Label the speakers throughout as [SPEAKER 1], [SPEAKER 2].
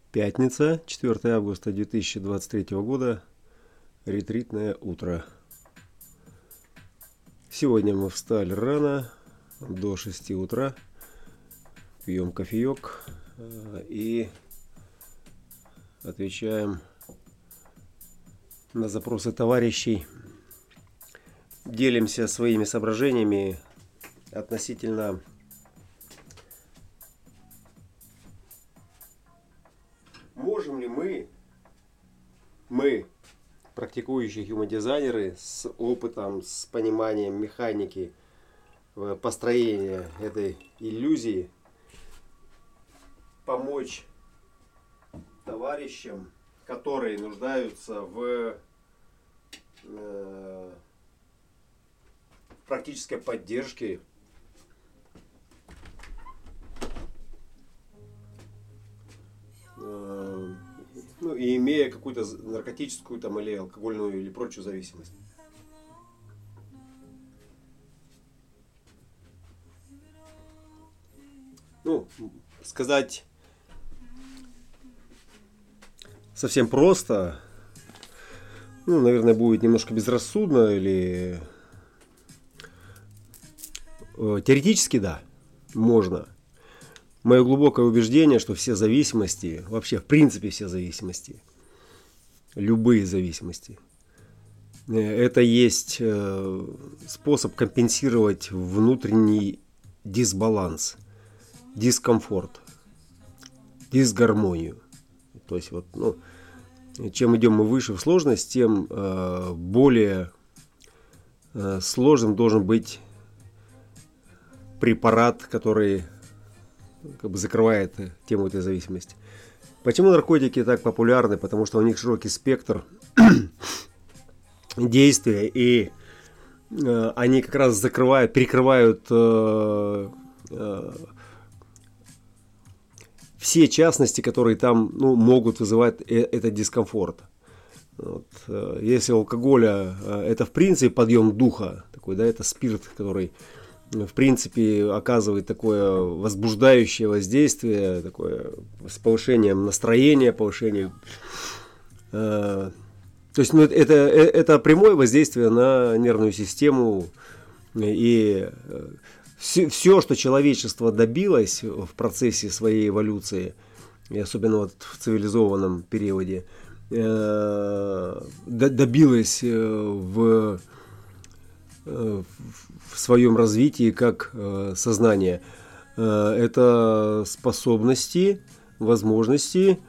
[SPEAKER 1] Пятница, 4 августа 2023 года, ретритное утро. Сегодня мы встали рано, до 6 утра, пьем кофеек и отвечаем на запросы товарищей. Делимся своими соображениями относительно можем ли мы, практикующие human-дизайнеры с опытом, с пониманием механики построения этой иллюзии, помочь товарищам, которые нуждаются в практической поддержке, и имея какую-то наркотическую там, или алкогольную или прочую зависимость. Сказать совсем просто, наверное, будет немножко безрассудно или теоретически, да, можно. Мое глубокое убеждение, что все зависимости, вообще в принципе все зависимости, любые зависимости, это есть способ компенсировать внутренний дисбаланс, дискомфорт, дисгармонию. То есть чем идем мы выше в сложность, тем более сложным должен быть препарат, который закрывает тему этой зависимости. Почему наркотики так популярны? Потому что у них широкий спектр действия, и они как раз перекрывают все частности, которые там могут вызывать этот дискомфорт. Если у алкоголя это в принципе подъем духа, такой, да, это спирт, который в принципе оказывает такое возбуждающее воздействие, такое с повышением настроения, повышением. То есть это прямое воздействие на нервную систему, и все, что человечество добилось в процессе своей эволюции, и особенно в цивилизованном периоде, добилось в своем развитии как сознание. Это способности, возможности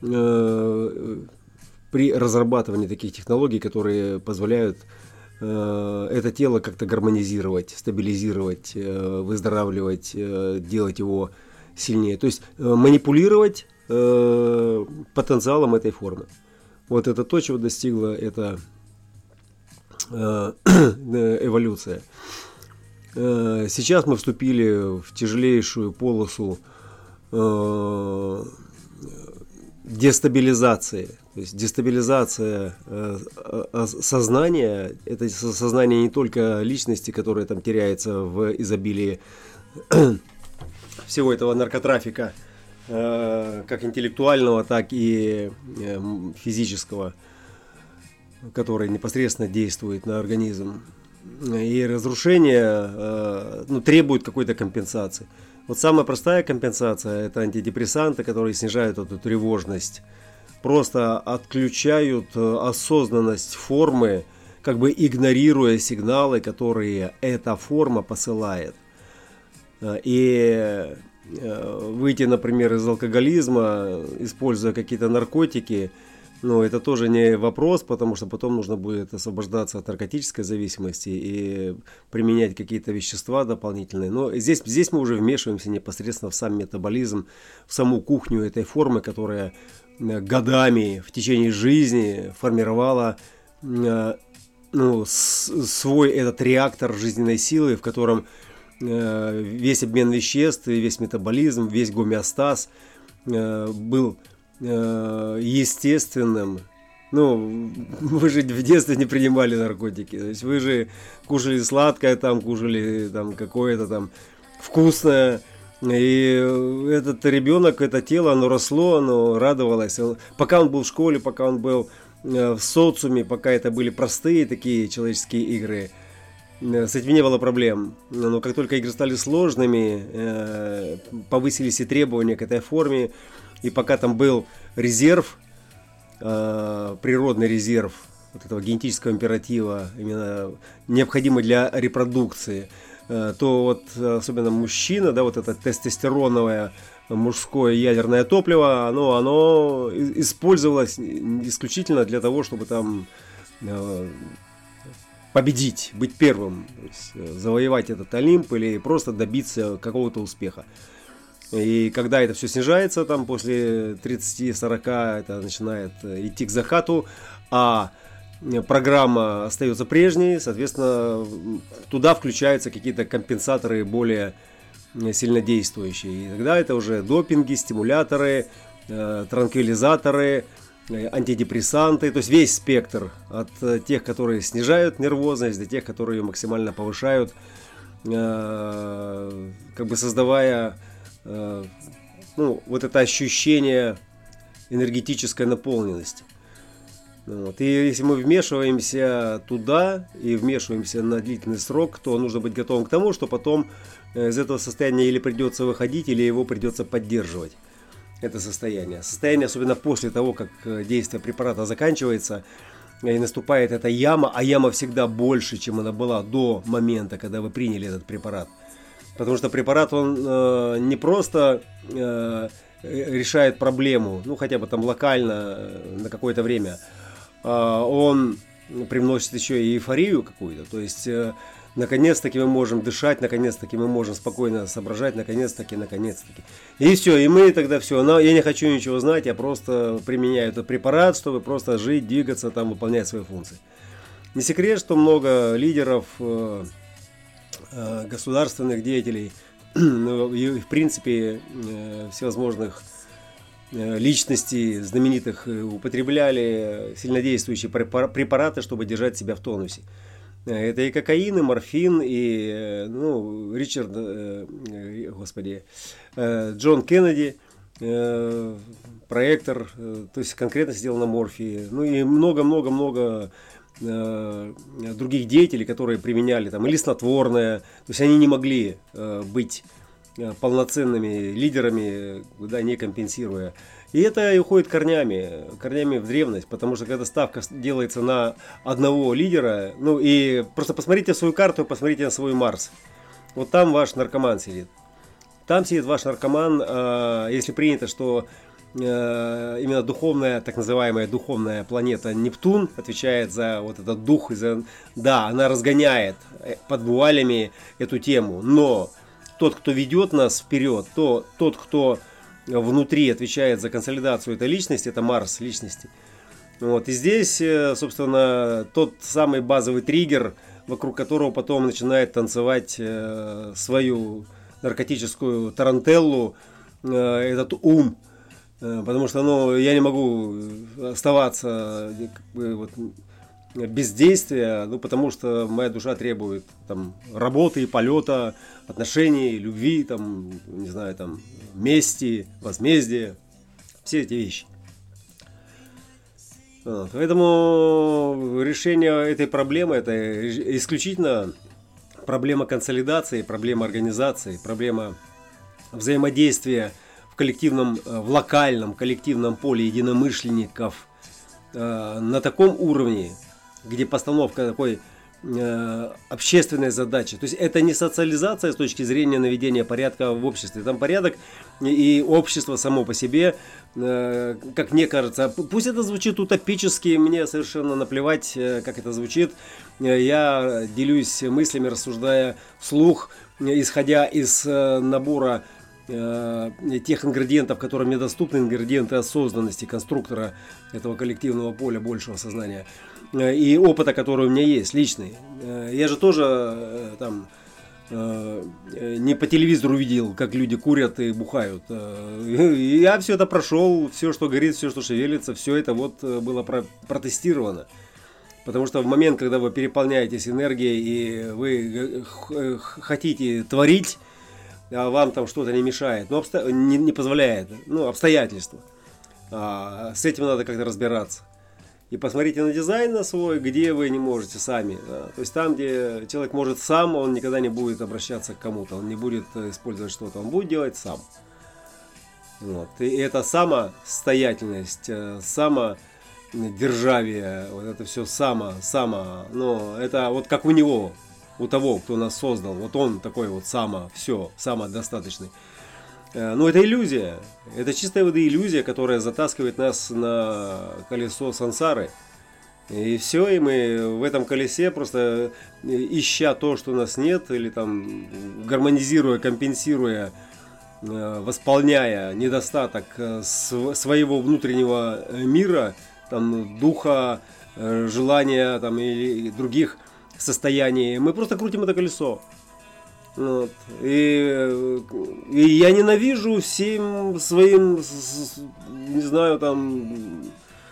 [SPEAKER 1] при разрабатывании таких технологий, которые позволяют это тело как-то гармонизировать, стабилизировать, выздоравливать, делать его сильнее. То есть манипулировать потенциалом этой формы. Вот это то, чего достигла эта эволюция. Сейчас мы вступили в тяжелейшую полосу дестабилизации. То есть дестабилизация сознания, это сознание не только личности, которое там теряется в изобилии всего этого наркотрафика, как интеллектуального, так и физического, который непосредственно действует на организм. И разрушение требует какой-то компенсации. Вот самая простая компенсация – это антидепрессанты, которые снижают эту тревожность, просто отключают осознанность формы, как бы игнорируя сигналы, которые эта форма посылает. И выйти, например, из алкоголизма, используя какие-то наркотики, это тоже не вопрос, потому что потом нужно будет освобождаться от наркотической зависимости и применять какие-то вещества дополнительные. Но здесь мы уже вмешиваемся непосредственно в сам метаболизм, в саму кухню этой формы, которая годами в течение жизни формировала свой этот реактор жизненной силы, в котором весь обмен веществ, весь метаболизм, весь гомеостаз был естественным. Вы же в детстве не принимали наркотики. То есть вы же кушали сладкое, кушали какое-то вкусное, И этот ребенок, это тело, оно росло, оно радовалось. Пока он был в школе, пока он был в социуме, пока это были простые такие человеческие игры, с этим не было проблем. Но как только игры стали сложными, повысились и требования к этой форме, и пока там был резерв, природный резерв вот этого генетического императива, именно необходимый для репродукции, то вот особенно мужчина, да, вот это тестостероновое мужское ядерное топливо, оно использовалось исключительно для того, чтобы там победить, быть первым, то есть завоевать этот Олимп или просто добиться какого-то успеха. И когда это все снижается, там после 30-40 это начинает идти к закату, а программа остается прежней, соответственно, туда включаются какие-то компенсаторы более сильно действующие. И тогда это уже допинги, стимуляторы, транквилизаторы, антидепрессанты, то есть весь спектр от тех, которые снижают нервозность, до тех, которые ее максимально повышают, как бы создавая вот это ощущение энергетической наполненности. Вот. И если мы вмешиваемся туда и вмешиваемся на длительный срок, то нужно быть готовым к тому, что потом из этого состояния или придется выходить, или его придется поддерживать. Это состояние. Состояние, особенно после того, как действие препарата заканчивается, и наступает эта яма, а яма всегда больше, чем она была до момента, когда вы приняли этот препарат. Потому что препарат, он не просто решает проблему, хотя бы там локально на какое-то время, он привносит еще и эйфорию какую-то. То есть, наконец-таки мы можем дышать, наконец-таки мы можем спокойно соображать, наконец-таки. И все, и мы тогда все. Но я не хочу ничего знать, я просто применяю этот препарат, чтобы просто жить, двигаться, там, выполнять свои функции. Не секрет, что много лидеров, государственных деятелей, и в принципе всевозможных личностей знаменитых употребляли сильнодействующие препараты, чтобы держать себя в тонусе. Это и кокаин, и морфин, и Джон Кеннеди, проектор, то есть конкретно сидел на морфии, и много-много-много других деятелей, которые применяли там или снотворное, то есть они не могли быть полноценными лидерами, не компенсируя. И это уходит корнями в древность, потому что когда ставка делается на одного лидера, и просто посмотрите свою карту, посмотрите на свой Марс. Вот там ваш наркоман сидит. Там сидит ваш наркоман, если принято, что именно духовная, так называемая духовная планета Нептун отвечает за вот этот дух, она разгоняет под вуалями эту тему, но тот, кто ведет нас вперед, тот, кто внутри отвечает за консолидацию этой личности, это Марс личности. Вот. И здесь, собственно, тот самый базовый триггер, вокруг которого потом начинает танцевать свою наркотическую тарантеллу, этот ум. Потому что я не могу оставаться без действия, потому что моя душа требует работы, полета, отношений, любви, мести, возмездия, все эти вещи. Поэтому решение этой проблемы — это исключительно проблема консолидации, проблема организации, проблема взаимодействия в локальном коллективном поле единомышленников на таком уровне, где постановка такой общественной задачи. То есть это не социализация с точки зрения наведения порядка в обществе. Там порядок и общество само по себе, как мне кажется, пусть это звучит утопически, мне совершенно наплевать, как это звучит. Я делюсь мыслями, рассуждая вслух, исходя из набора тех ингредиентов, которые мне доступны, ингредиенты осознанности конструктора этого коллективного поля большего сознания и опыта, который у меня есть, личный. Я же тоже не по телевизору видел, как люди курят и бухают. Я все это прошел, все, что горит, все, что шевелится, все это было протестировано. Потому что в момент, когда вы переполняетесь энергией и вы хотите творить, а вам там что-то не мешает, ну, не позволяет, ну, обстоятельства. С этим надо как-то разбираться. И посмотрите на дизайн на свой, где вы не можете сами. Да? То есть там, где человек может сам, он никогда не будет обращаться к кому-то, он не будет использовать что-то, он будет делать сам. Вот. И это самостоятельность, самодержавие, вот это все но это вот как у него, у того, кто нас создал, вот он такой вот самодостаточный. Но это иллюзия, это чистая вода иллюзия, которая затаскивает нас на колесо сансары. И все, и мы в этом колесе просто ища то, что у нас нет, или там гармонизируя, компенсируя, восполняя недостаток своего внутреннего мира, там, духа, желания там, и других состояний, мы просто крутим это колесо. Вот. И я ненавижу всем своим, не знаю, там,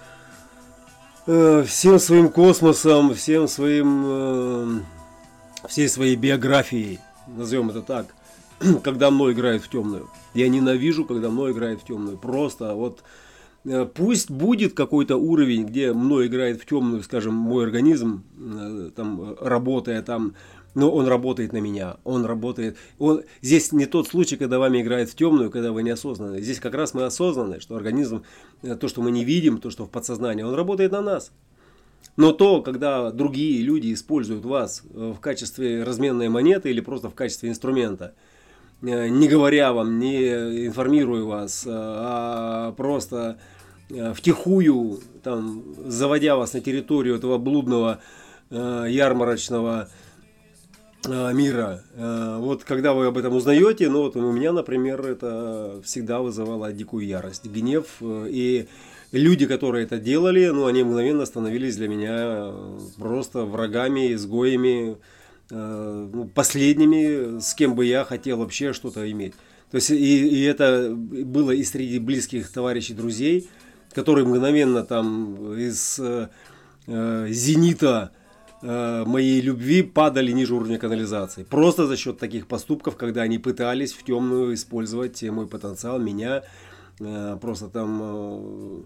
[SPEAKER 1] всем своим космосом, всем своим, всей своей биографией, назовем это так, когда мной играют в темную. Я ненавижу, когда мной играют в темную. Просто вот пусть будет какой-то уровень, где мной играет в темную, скажем, мой организм, там, работая там, но он работает на меня, он работает. Здесь не тот случай, когда вами играет в темную, когда вы неосознанны. Здесь как раз мы осознанны, что организм, то, что мы не видим, то, что в подсознании, он работает на нас. Но то, когда другие люди используют вас в качестве разменной монеты или просто в качестве инструмента, не говоря вам, не информируя вас, а просто втихую, там, заводя вас на территорию этого блудного ярмарочного мира. Вот когда вы об этом узнаете, ну вот у меня, например, это всегда вызывало дикую ярость, гнев. И люди, которые это делали, ну они мгновенно становились для меня просто врагами, изгоями, последними, с кем бы я хотел вообще что-то иметь. То есть и это было и среди близких товарищей, друзей, которые мгновенно там из зенита моей любви падали ниже уровня канализации. Просто за счет таких поступков, когда они пытались в темную использовать мой потенциал, меня просто там...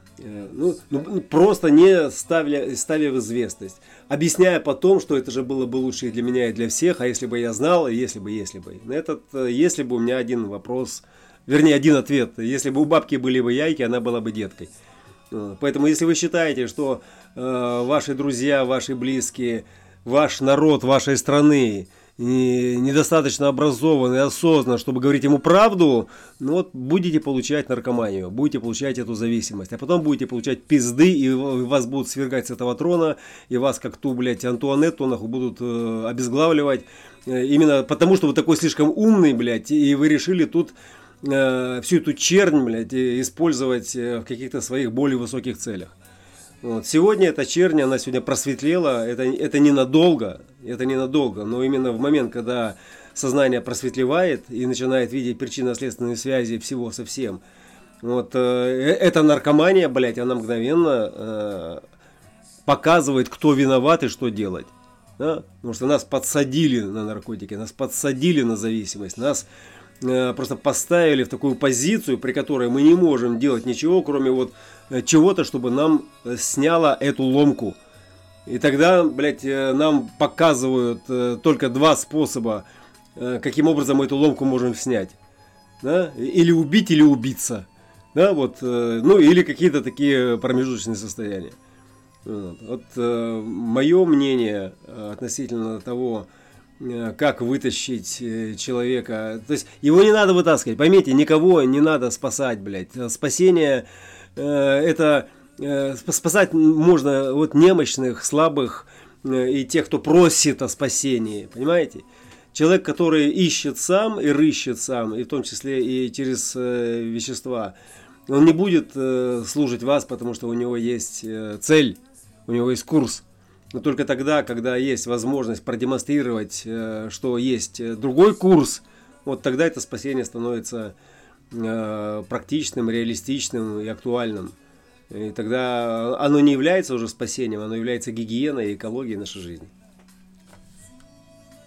[SPEAKER 1] просто не ставя в известность, объясняя потом, что это же было бы лучше и для меня, и для всех, а если бы я знал, если бы. На этот, если бы у меня один вопрос, вернее, один ответ, если бы у бабки были бы яйки, она была бы деткой. Поэтому, если вы считаете, что ваши друзья, ваши близкие, ваш народ вашей страны недостаточно образован и осознан, чтобы говорить ему правду, ну вот будете получать наркоманию, будете получать эту зависимость, а потом будете получать пизды, и вас будут свергать с этого трона, и вас как ту, блядь, Антуанетту, нахуй, будут обезглавливать, именно потому, что вы такой слишком умный, блядь, и вы решили тут всю эту чернь, блядь, использовать в каких-то своих более высоких целях. Вот. Сегодня эта чернь, она сегодня просветлела, это ненадолго, но именно в момент, когда сознание просветлевает и начинает видеть причинно-следственные связи всего со всем, вот, эта наркомания, блядь, она мгновенно показывает, кто виноват и что делать. Да? Потому что нас подсадили на наркотики, нас подсадили на зависимость, нас просто поставили в такую позицию, при которой мы не можем делать ничего, кроме вот чего-то, чтобы нам сняло эту ломку. И тогда, блядь, нам показывают только два способа, каким образом мы эту ломку можем снять. Да? Или убить, или убиться. Да, вот, ну, или какие-то такие промежуточные состояния. Вот мое мнение относительно того, как вытащить человека. То есть его не надо вытаскивать. Поймите, никого не надо спасать, блядь. Спасение это спасать можно вот немощных, слабых и тех, кто просит о спасении. Понимаете? Человек, который ищет сам и рыщет сам, и в том числе и через вещества, он не будет служить вас, потому что у него есть цель, у него есть курс. Но только тогда, когда есть возможность продемонстрировать, что есть другой курс, вот тогда это спасение становится практичным, реалистичным и актуальным. И тогда оно не является уже спасением, оно является гигиеной и экологией нашей жизни.